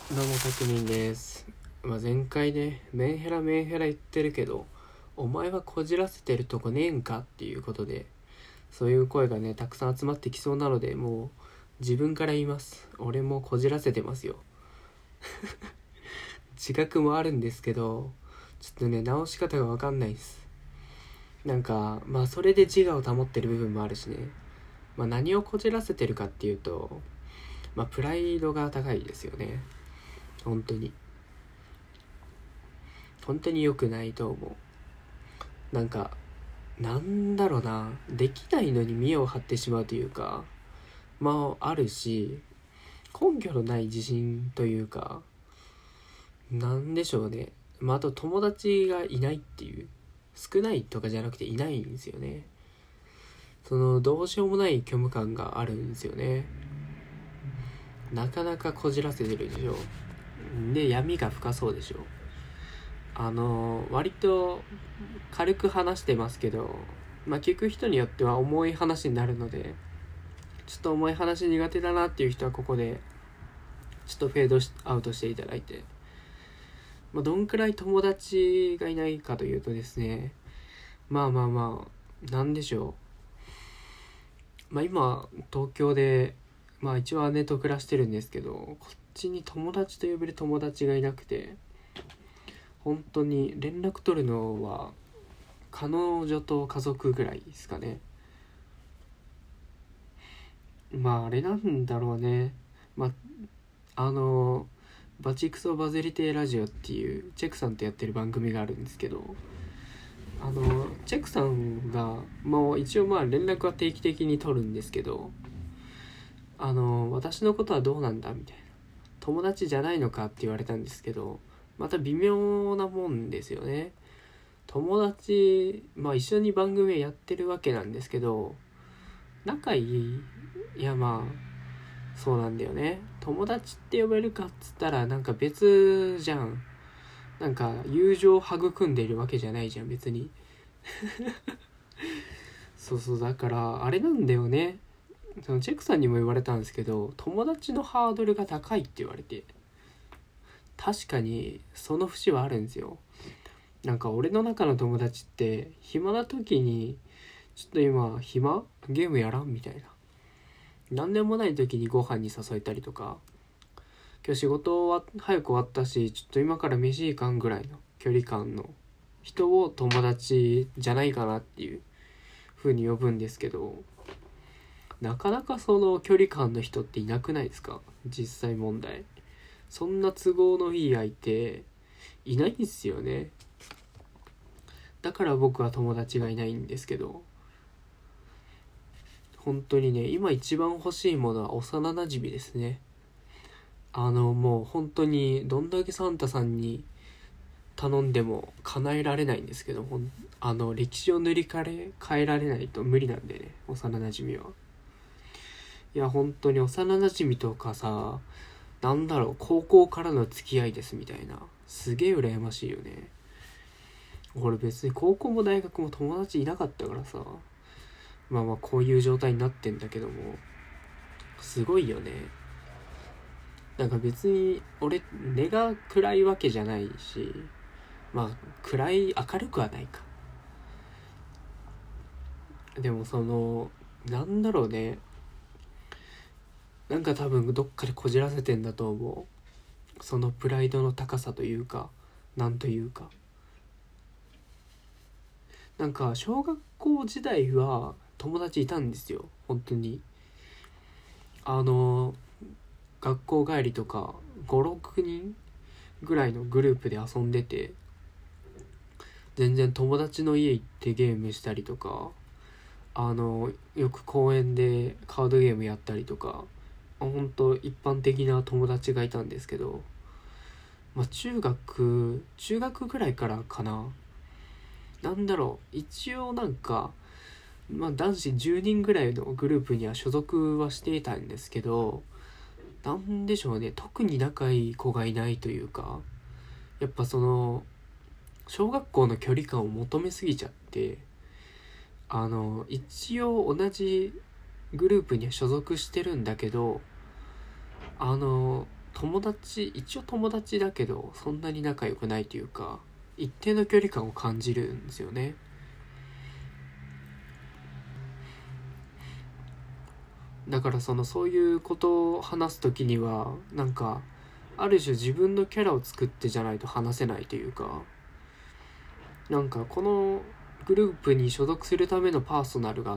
どうもたくみんです。前回ね、メンヘラ言ってるけど、お前はこじらせてるとこねえんかっていうことで、そういう声がね、たくさん集まってきそうなので、もう自分から言います。俺もこじらせてますよ。自覚もあるんですけど、ちょっとね、直し方がわかんないです。それで自我を保ってる部分もあるしね。何をこじらせてるかっていうと、プライドが高いですよね。本当に。本当に良くないと思う。なんだろうな、できないのに見栄を張ってしまうというか、あるし、根拠のない自信というか、なんでしょうね。あと友達がいないっていう、少ないとかじゃなくていないんですよね。そのどうしようもない虚無感があるんですよね。なかなかこじらせてるでしょ。で、闇が深そうでしょ。割と軽く話してますけど、聞く人によっては重い話になるので、ちょっと重い話苦手だなっていう人はここでちょっとフェードアウトしていただいて、どんくらい友達がいないかというとですね、なんでしょう。今東京で一応姉と暮らしてるんですけど、こっちに友達と呼べる友達がいなくて、本当に連絡取るのは彼女と家族ぐらいですかね。あれなんだろうね。まあのバチクソバズりてラジオっていうチェクさんとやってる番組があるんですけど、チェクさんがもう一応連絡は定期的に取るんですけど、私のことはどうなんだみたいな、友達じゃないのかって言われたんですけど、また微妙なもんですよね。友達、一緒に番組やってるわけなんですけど、仲いい、いやそうなんだよね。友達って呼べるかっつったら別じゃん。友情を育んでいるわけじゃないじゃん別に。そうだからあれなんだよね。そのチェックさんにも言われたんですけど、友達のハードルが高いって言われて、確かにその節はあるんですよ。俺の中の友達って暇な時にちょっと今暇ゲームやらんみたいな、何でもない時にご飯に誘えたりとか、今日仕事は早く終わったしちょっと今から飯行かんぐらいの距離感の人を友達じゃないかなっていう風に呼ぶんですけど、なかなかその距離感の人っていなくないですか？実際問題、そんな都合のいい相手いないんですよね。だから僕は友達がいないんですけど、本当にね、今一番欲しいものは幼馴染ですね。もう本当にどんだけサンタさんに頼んでも叶えられないんですけど、歴史を塗り替えられないと無理なんでね、幼馴染は。いや本当に幼馴染とかさ、高校からの付き合いですみたいな、すげえ羨ましいよね。俺別に高校も大学も友達いなかったからさ、こういう状態になってんだけども、すごいよね。別に俺根が暗いわけじゃないし、暗い明るくはないか。でもなんだろうね、多分どっかでこじらせてんだと思う。そのプライドの高さというか、なんというか、小学校時代は友達いたんですよ本当に。学校帰りとか56人ぐらいのグループで遊んでて、全然友達の家行ってゲームしたりとか、よく公園でカードゲームやったりとか、本当一般的な友達がいたんですけど、中学ぐらいからかな、一応男子10人ぐらいのグループには所属はしていたんですけど、なんでしょうね、特に仲いい子がいないというか、やっぱ小学校の距離感を求めすぎちゃって、一応同じグループには所属してるんだけど、友一応友達だけどそんなに仲良くないというか、一定の距離感を感じるんですよね。だからそういうことを話すときにはなんかある種自分のキャラを作ってじゃないと話せないというか、なんかこのグループに所属するためのパーソナルがあって、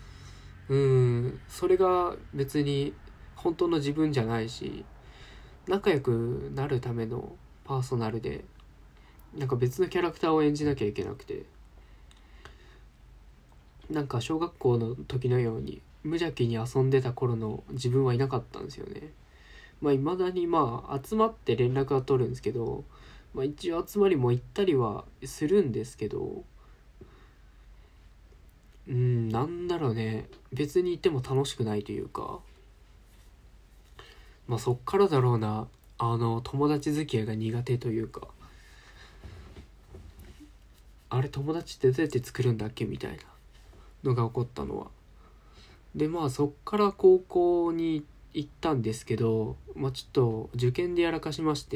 それが別に本当の自分じゃないし、仲良くなるためのパーソナルでなんか別のキャラクターを演じなきゃいけなくて、なんか小学校の時のように無邪気に遊んでた頃の自分はいなかったんですよね。未だに集まって連絡は取るんですけど、一応集まりも行ったりはするんですけど、なんだろうね、別にいても楽しくないというか、そっからだろうな、友達付き合いが苦手というか、あれ友達ってどうやって作るんだっけみたいなのが起こったのは。でそっから高校に行ったんですけど、ちょっと受験でやらかしまして、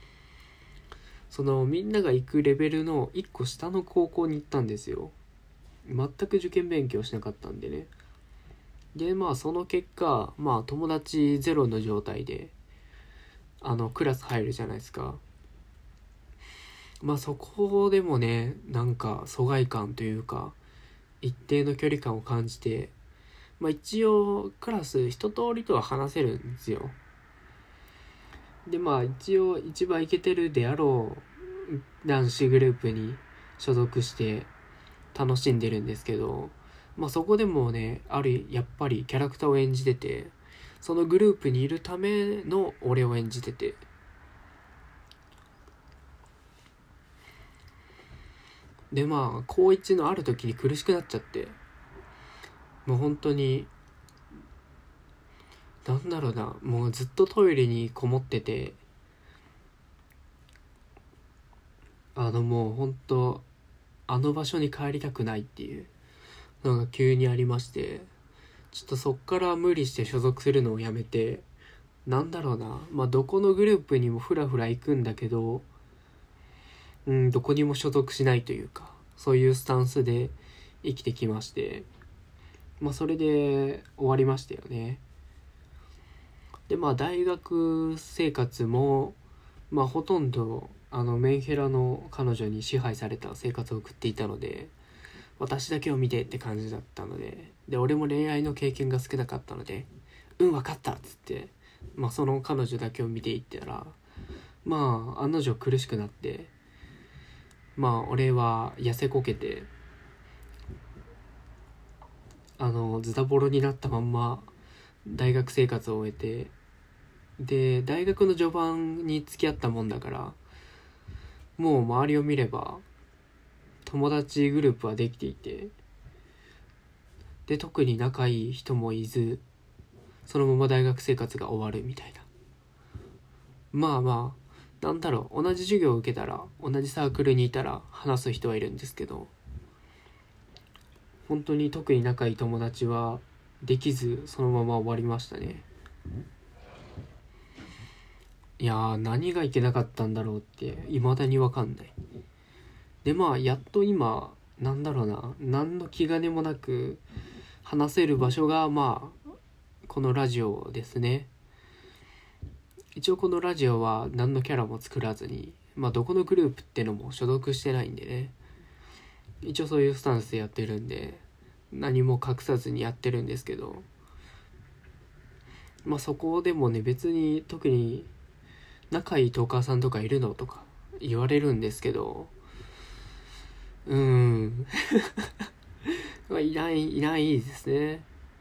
みんなが行くレベルの1個下の高校に行ったんですよ。全く受験勉強しなかったんでね。でその結果友達ゼロの状態でクラス入るじゃないですか。そこでもね、なんか疎外感というか一定の距離感を感じて、一応クラス一通りとは話せるんですよ。で一応一番イケてるであろう男子グループに所属して楽しんでるんですけど、そこでもね、やっぱりキャラクターを演じてて、そのグループにいるための俺を演じてて、で高1のある時に苦しくなっちゃって、もう本当になんだろうな、もうずっとトイレにこもってて、もう本当あの場所に帰りたくないっていうのが急にありまして、ちょっとそっから無理して所属するのをやめて、なんだろうな、どこのグループにもフラフラ行くんだけど、どこにも所属しないというか、そういうスタンスで生きてきまして、それで終わりましたよね。で大学生活もほとんどメンヘラの彼女に支配された生活を送っていたので、私だけを見てって感じだったので、俺も恋愛の経験が少なかったので、分かったっつって、その彼女だけを見ていったら、案の定苦しくなって、俺は痩せこけて、ズタボロになったまんま大学生活を終えて、で大学の序盤に付き合ったもんだから、もう周りを見れば友達グループはできていて、で特に仲いい人もいず、そのまま大学生活が終わるみたいな。なんだろう、同じ授業を受けたら同じサークルにいたら話す人はいるんですけど、本当に特に仲いい友達はできず、そのまま終わりましたね。いやー、何がいけなかったんだろうって未だに分かんない。でやっと今なんだろうな、何の気兼ねもなく話せる場所がこのラジオですね。一応このラジオは何のキャラも作らずに、どこのグループってのも所属してないんでね、一応そういうスタンスでやってるんで何も隠さずにやってるんですけど、そこでもね、別に特に仲いいトーカーさんとかいるのとか言われるんですけど、いないですね。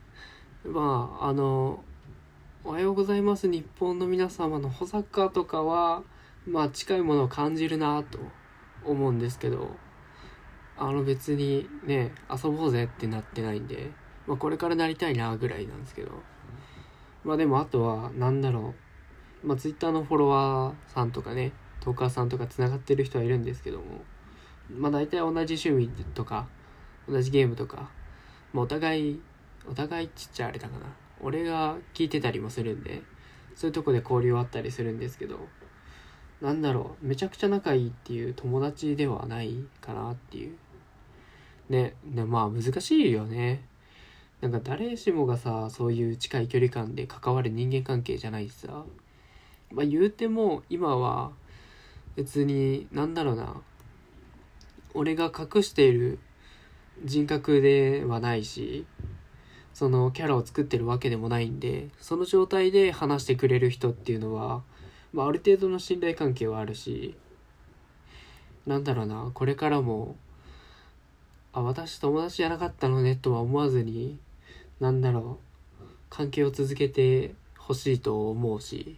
おはようございます日本の皆様の保坂とかは近いものを感じるなと思うんですけど、別にね、遊ぼうぜってなってないんで、これからなりたいなぐらいなんですけど、でもあとはなんだろう、ツイッターのフォロワーさんとかね、トーカーさんとかつながってる人はいるんですけども、大体同じ趣味とか同じゲームとか、お互いちっちゃいあれだかな、俺が聞いてたりもするんで、 そういうとこで交流あったりするんですけど、なんだろう、めちゃくちゃ仲いいっていう友達ではないかなっていうね。まあ難しいよね。なんか誰しもがさ、そういう近い距離感で関わる人間関係じゃないしさ、まあ言うても今は別になんだろうな、俺が隠している人格ではないし、そのキャラを作ってるわけでもないんで、その状態で話してくれる人っていうのは、まあ、ある程度の信頼関係はあるし、なんだろうな、これからも私友達じゃなかったのねとは思わずに、なんだろう、関係を続けてほしいと思うし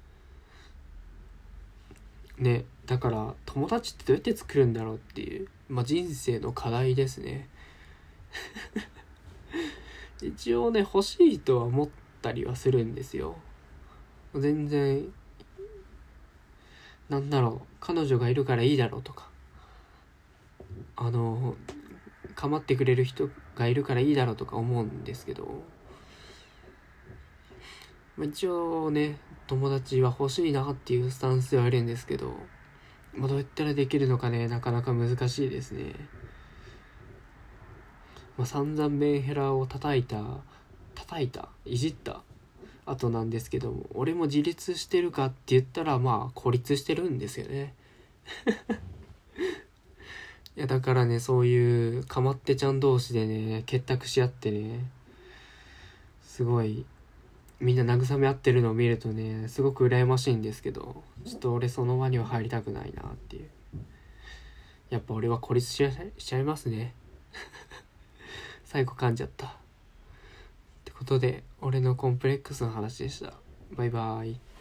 ね。だから友達ってどうやって作るんだろうっていう、まあ、人生の課題ですね。一応ね、欲しいとは思ったりはするんですよ。全然、なんだろう、彼女がいるからいいだろうとか、構ってくれる人がいるからいいだろうとか思うんですけど、まあ、一応ね、友達は欲しいなっていうスタンスではいるんですけど、まあ、どうやったらできるのかね、なかなか難しいですね。まあ、散々メンヘラをいじった後なんですけども、俺も自立してるかって言ったら、まあ孤立してるんですよね。いやだからね、そういうかまってちゃん同士でね、結託し合ってね、すごいみんな慰め合ってるのを見るとね、すごく羨ましいんですけど、ちょっと俺その輪には入りたくないなっていう。やっぱ俺は孤立しちゃいますね。最後噛んじゃった。ってことで、俺のコンプレックスの話でした。バイバーイ。